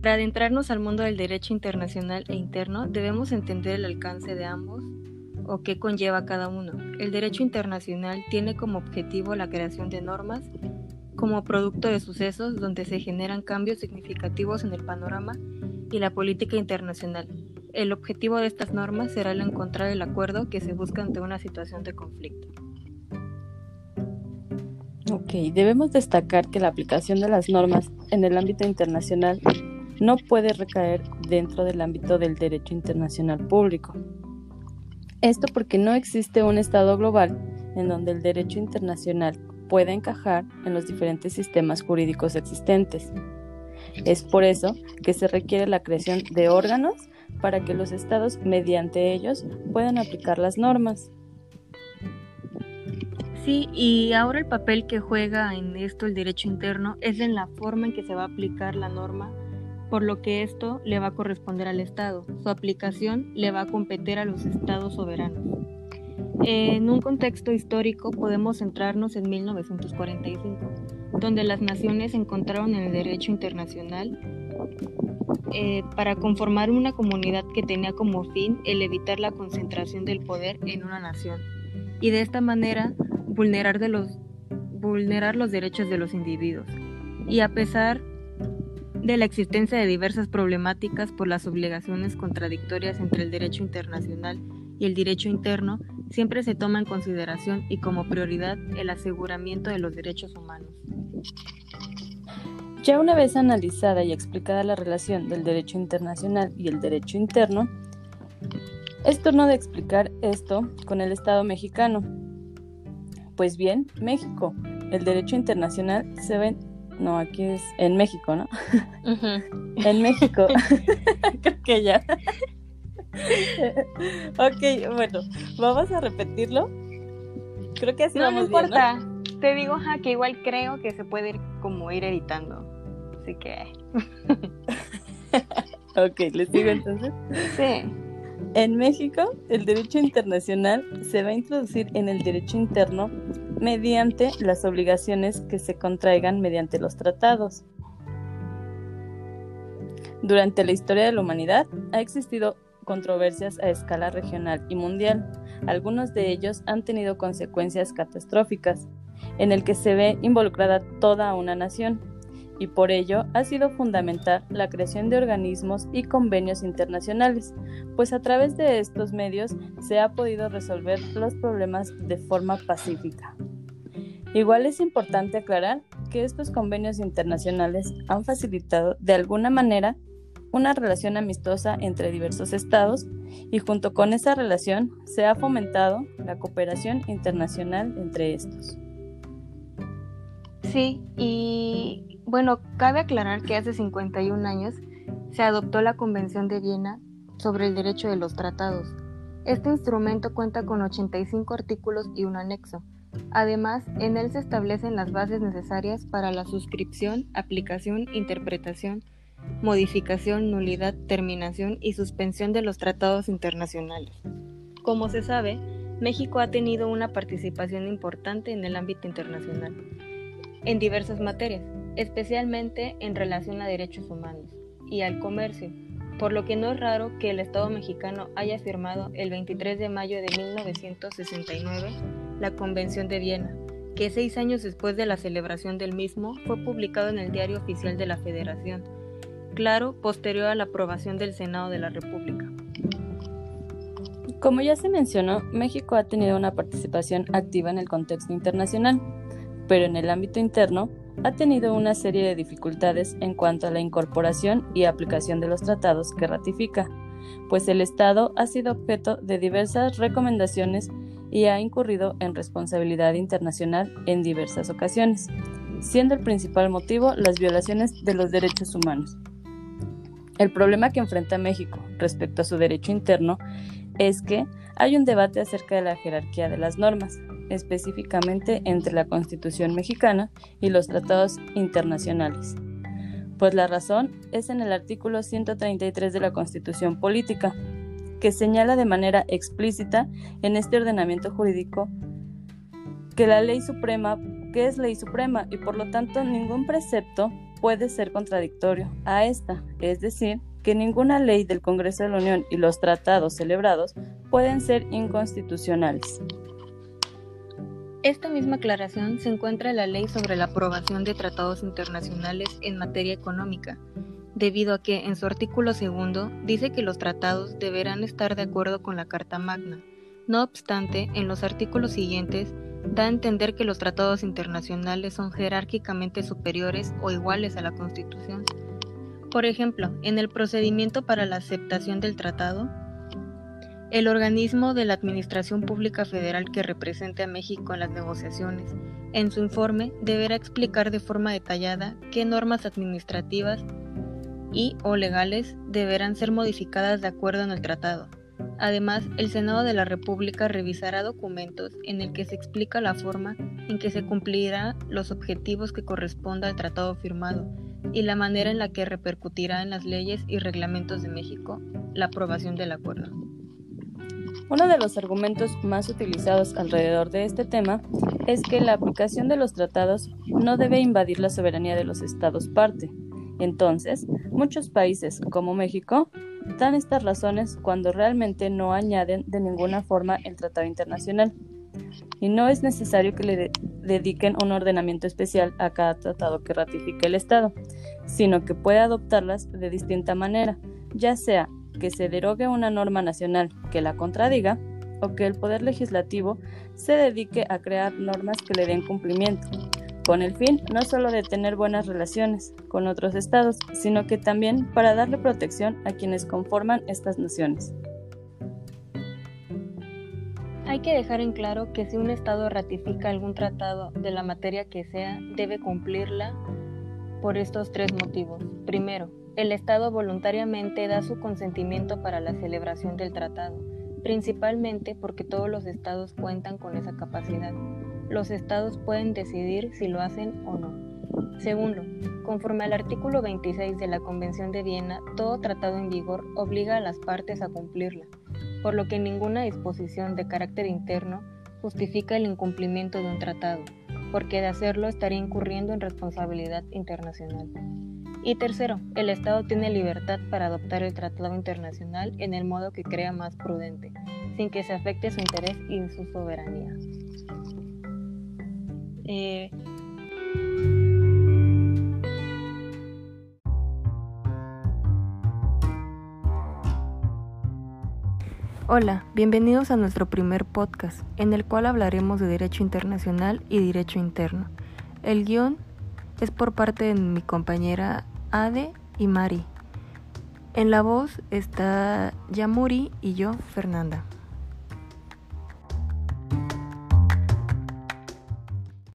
Para adentrarnos al mundo del derecho internacional e interno, debemos entender el alcance de ambos o qué conlleva cada uno. El derecho internacional tiene como objetivo la creación de normas como producto de sucesos donde se generan cambios significativos en el panorama y la política internacional. El objetivo de estas normas será el encontrar el acuerdo que se busca ante una situación de conflicto. Ok, debemos destacar que la aplicación de las normas en el ámbito internacional no puede recaer dentro del ámbito del derecho internacional público. Esto porque no existe un estado global en donde el derecho internacional pueda encajar en los diferentes sistemas jurídicos existentes. Es por eso que se requiere la creación de órganos para que los estados, mediante ellos, puedan aplicar las normas. Sí, y ahora el papel que juega en esto el derecho interno es en la forma en que se va a aplicar la norma, por lo que esto le va a corresponder al Estado. Su aplicación le va a competir a los estados soberanos. En un contexto histórico podemos centrarnos en 1945, donde las naciones encontraron en el derecho internacional para conformar una comunidad que tenía como fin el evitar la concentración del poder en una nación y de esta manera vulnerar los derechos de los individuos. Y a pesar de la existencia de diversas problemáticas por las obligaciones contradictorias entre el derecho internacional y el derecho interno, siempre se toma en consideración y como prioridad el aseguramiento de los derechos humanos. Ya una vez analizada y explicada la relación del derecho internacional y el derecho interno, es turno de explicar esto con el Estado mexicano. Pues bien, México, el derecho internacional se ve... No, aquí es en México, ¿no? Uh-huh. En México. Creo que ya. Ok, bueno, vamos a repetirlo. Creo que así no, vamos no importa. bien, ¿no? Te digo que igual creo que se puede ir editando. Así que... Ok, ¿les sigo entonces? Sí. En México, el derecho internacional se va a introducir en el derecho interno mediante las obligaciones que se contraigan mediante los tratados. Durante la historia de la humanidad ha existido controversias a escala regional y mundial. Algunos de ellos han tenido consecuencias catastróficas, en el que se ve involucrada toda una nación, y por ello ha sido fundamental la creación de organismos y convenios internacionales, pues a través de estos medios se ha podido resolver los problemas de forma pacífica. Igual es importante aclarar que estos convenios internacionales han facilitado de alguna manera una relación amistosa entre diversos estados y junto con esa relación se ha fomentado la cooperación internacional entre estos. Sí, y bueno, cabe aclarar que hace 51 años se adoptó la Convención de Viena sobre el derecho de los tratados. Este instrumento cuenta con 85 artículos y un anexo. Además, en él se establecen las bases necesarias para la suscripción, aplicación, interpretación, modificación, nulidad, terminación y suspensión de los tratados internacionales. Como se sabe, México ha tenido una participación importante en el ámbito internacional, en diversas materias, especialmente en relación a derechos humanos y al comercio, por lo que no es raro que el Estado mexicano haya firmado el 23 de mayo de 1969 la Convención de Viena, que 6 años después de la celebración del mismo fue publicado en el Diario Oficial de la Federación, claro, posterior a la aprobación del Senado de la República. Como ya se mencionó, México ha tenido una participación activa en el contexto internacional, pero en el ámbito interno ha tenido una serie de dificultades en cuanto a la incorporación y aplicación de los tratados que ratifica, pues el Estado ha sido objeto de diversas recomendaciones y ha incurrido en responsabilidad internacional en diversas ocasiones, siendo el principal motivo las violaciones de los derechos humanos. El problema que enfrenta México respecto a su derecho interno es que hay un debate acerca de la jerarquía de las normas, específicamente entre la Constitución mexicana y los tratados internacionales. Pues la razón es en el artículo 133 de la Constitución Política, que señala de manera explícita en este ordenamiento jurídico que la ley suprema, que es ley suprema y por lo tanto ningún precepto puede ser contradictorio a esta, es decir, que ninguna ley del Congreso de la Unión y los tratados celebrados pueden ser inconstitucionales. Esta misma aclaración se encuentra en la Ley sobre la aprobación de tratados internacionales en materia económica, debido a que en su artículo 2 dice que los tratados deberán estar de acuerdo con la Carta Magna. No obstante, en los artículos siguientes da a entender que los tratados internacionales son jerárquicamente superiores o iguales a la Constitución. Por ejemplo, en el procedimiento para la aceptación del tratado, el organismo de la Administración Pública Federal que represente a México en las negociaciones, en su informe deberá explicar de forma detallada qué normas administrativas y o legales deberán ser modificadas de acuerdo en el tratado. Además, el Senado de la República revisará documentos en el que se explica la forma en que se cumplirán los objetivos que corresponda al tratado firmado y la manera en la que repercutirá en las leyes y reglamentos de México la aprobación del acuerdo. Uno de los argumentos más utilizados alrededor de este tema es que la aplicación de los tratados no debe invadir la soberanía de los estados parte. Entonces, muchos países, como México, dan estas razones cuando realmente no añaden de ninguna forma el tratado internacional. Y no es necesario que le dediquen un ordenamiento especial a cada tratado que ratifique el Estado, sino que puede adoptarlas de distinta manera, ya sea que se derogue una norma nacional que la contradiga o que el Poder Legislativo se dedique a crear normas que le den cumplimiento, con el fin no solo de tener buenas relaciones con otros estados, sino que también para darle protección a quienes conforman estas naciones. Hay que dejar en claro que si un estado ratifica algún tratado de la materia que sea, debe cumplirla por estos 3 motivos. Primero, el Estado voluntariamente da su consentimiento para la celebración del tratado, principalmente porque todos los estados cuentan con esa capacidad. Los estados pueden decidir si lo hacen o no. Segundo, conforme al artículo 26 de la Convención de Viena, todo tratado en vigor obliga a las partes a cumplirla, por lo que ninguna disposición de carácter interno justifica el incumplimiento de un tratado, porque de hacerlo estaría incurriendo en responsabilidad internacional. Y tercero, el Estado tiene libertad para adoptar el tratado internacional en el modo que crea más prudente, sin que se afecte su interés y su soberanía. Hola, bienvenidos a nuestro primer podcast, en el cual hablaremos de derecho internacional y derecho interno. El guión es por parte de mi compañera Ade y Mari. En la voz está Yamuri y yo, Fernanda.